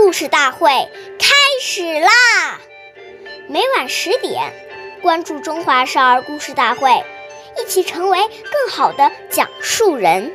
故事大会开始啦！每晚10点，关注中华少儿故事大会，一起成为更好的讲述人。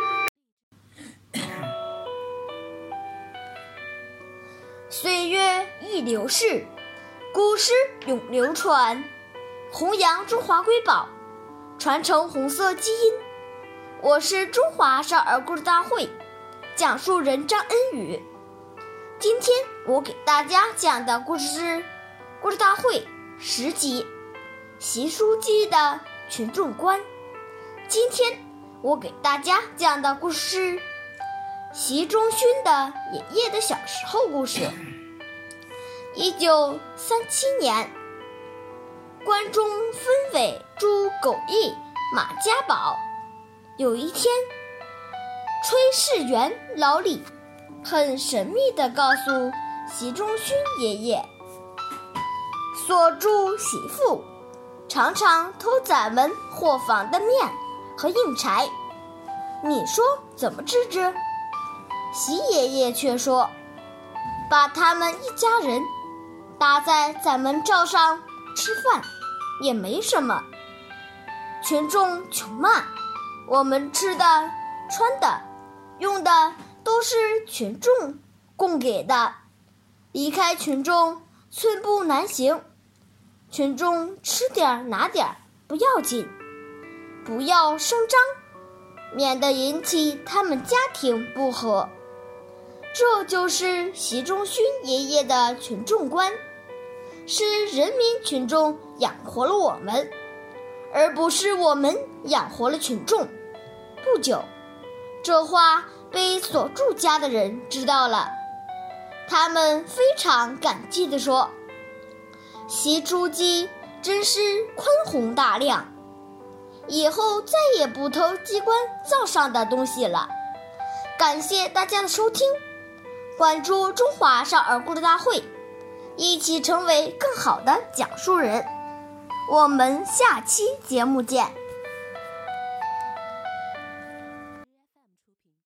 岁月易流逝，故事永流传，弘扬中华瑰宝，传承红色基因。我是中华少儿故事大会讲述人张恩宇。今天我给大家讲的故事是故事大会10集习书记的群众观。今天我给大家讲的故事是习仲勋的爷爷的小时候故事。1937年，关中分委驻狗驿马家堡。有一天，炊事员老李很神秘地告诉习仲勋爷爷，所住媳妇常常偷咱们伙房的面和硬柴，你说怎么治之？习爷爷却说，把他们一家人搭在咱们灶上吃饭也没什么。群众穷嘛，我们吃的、穿的、用的都是群众供给的，离开群众寸步难行。群众吃点拿点不要紧，不要声张，免得引起他们家庭不和。这就是习仲勋爷爷的群众观，是人民群众养活了我们，而不是我们养活了群众。不久，这话被所住家的人知道了，他们非常感激地说，习书记真是宽宏大量，以后再也不偷机关灶上的东西了。感谢大家的收听，关注中华少儿故事大会，一起成为更好的讲述人。我们下期节目见。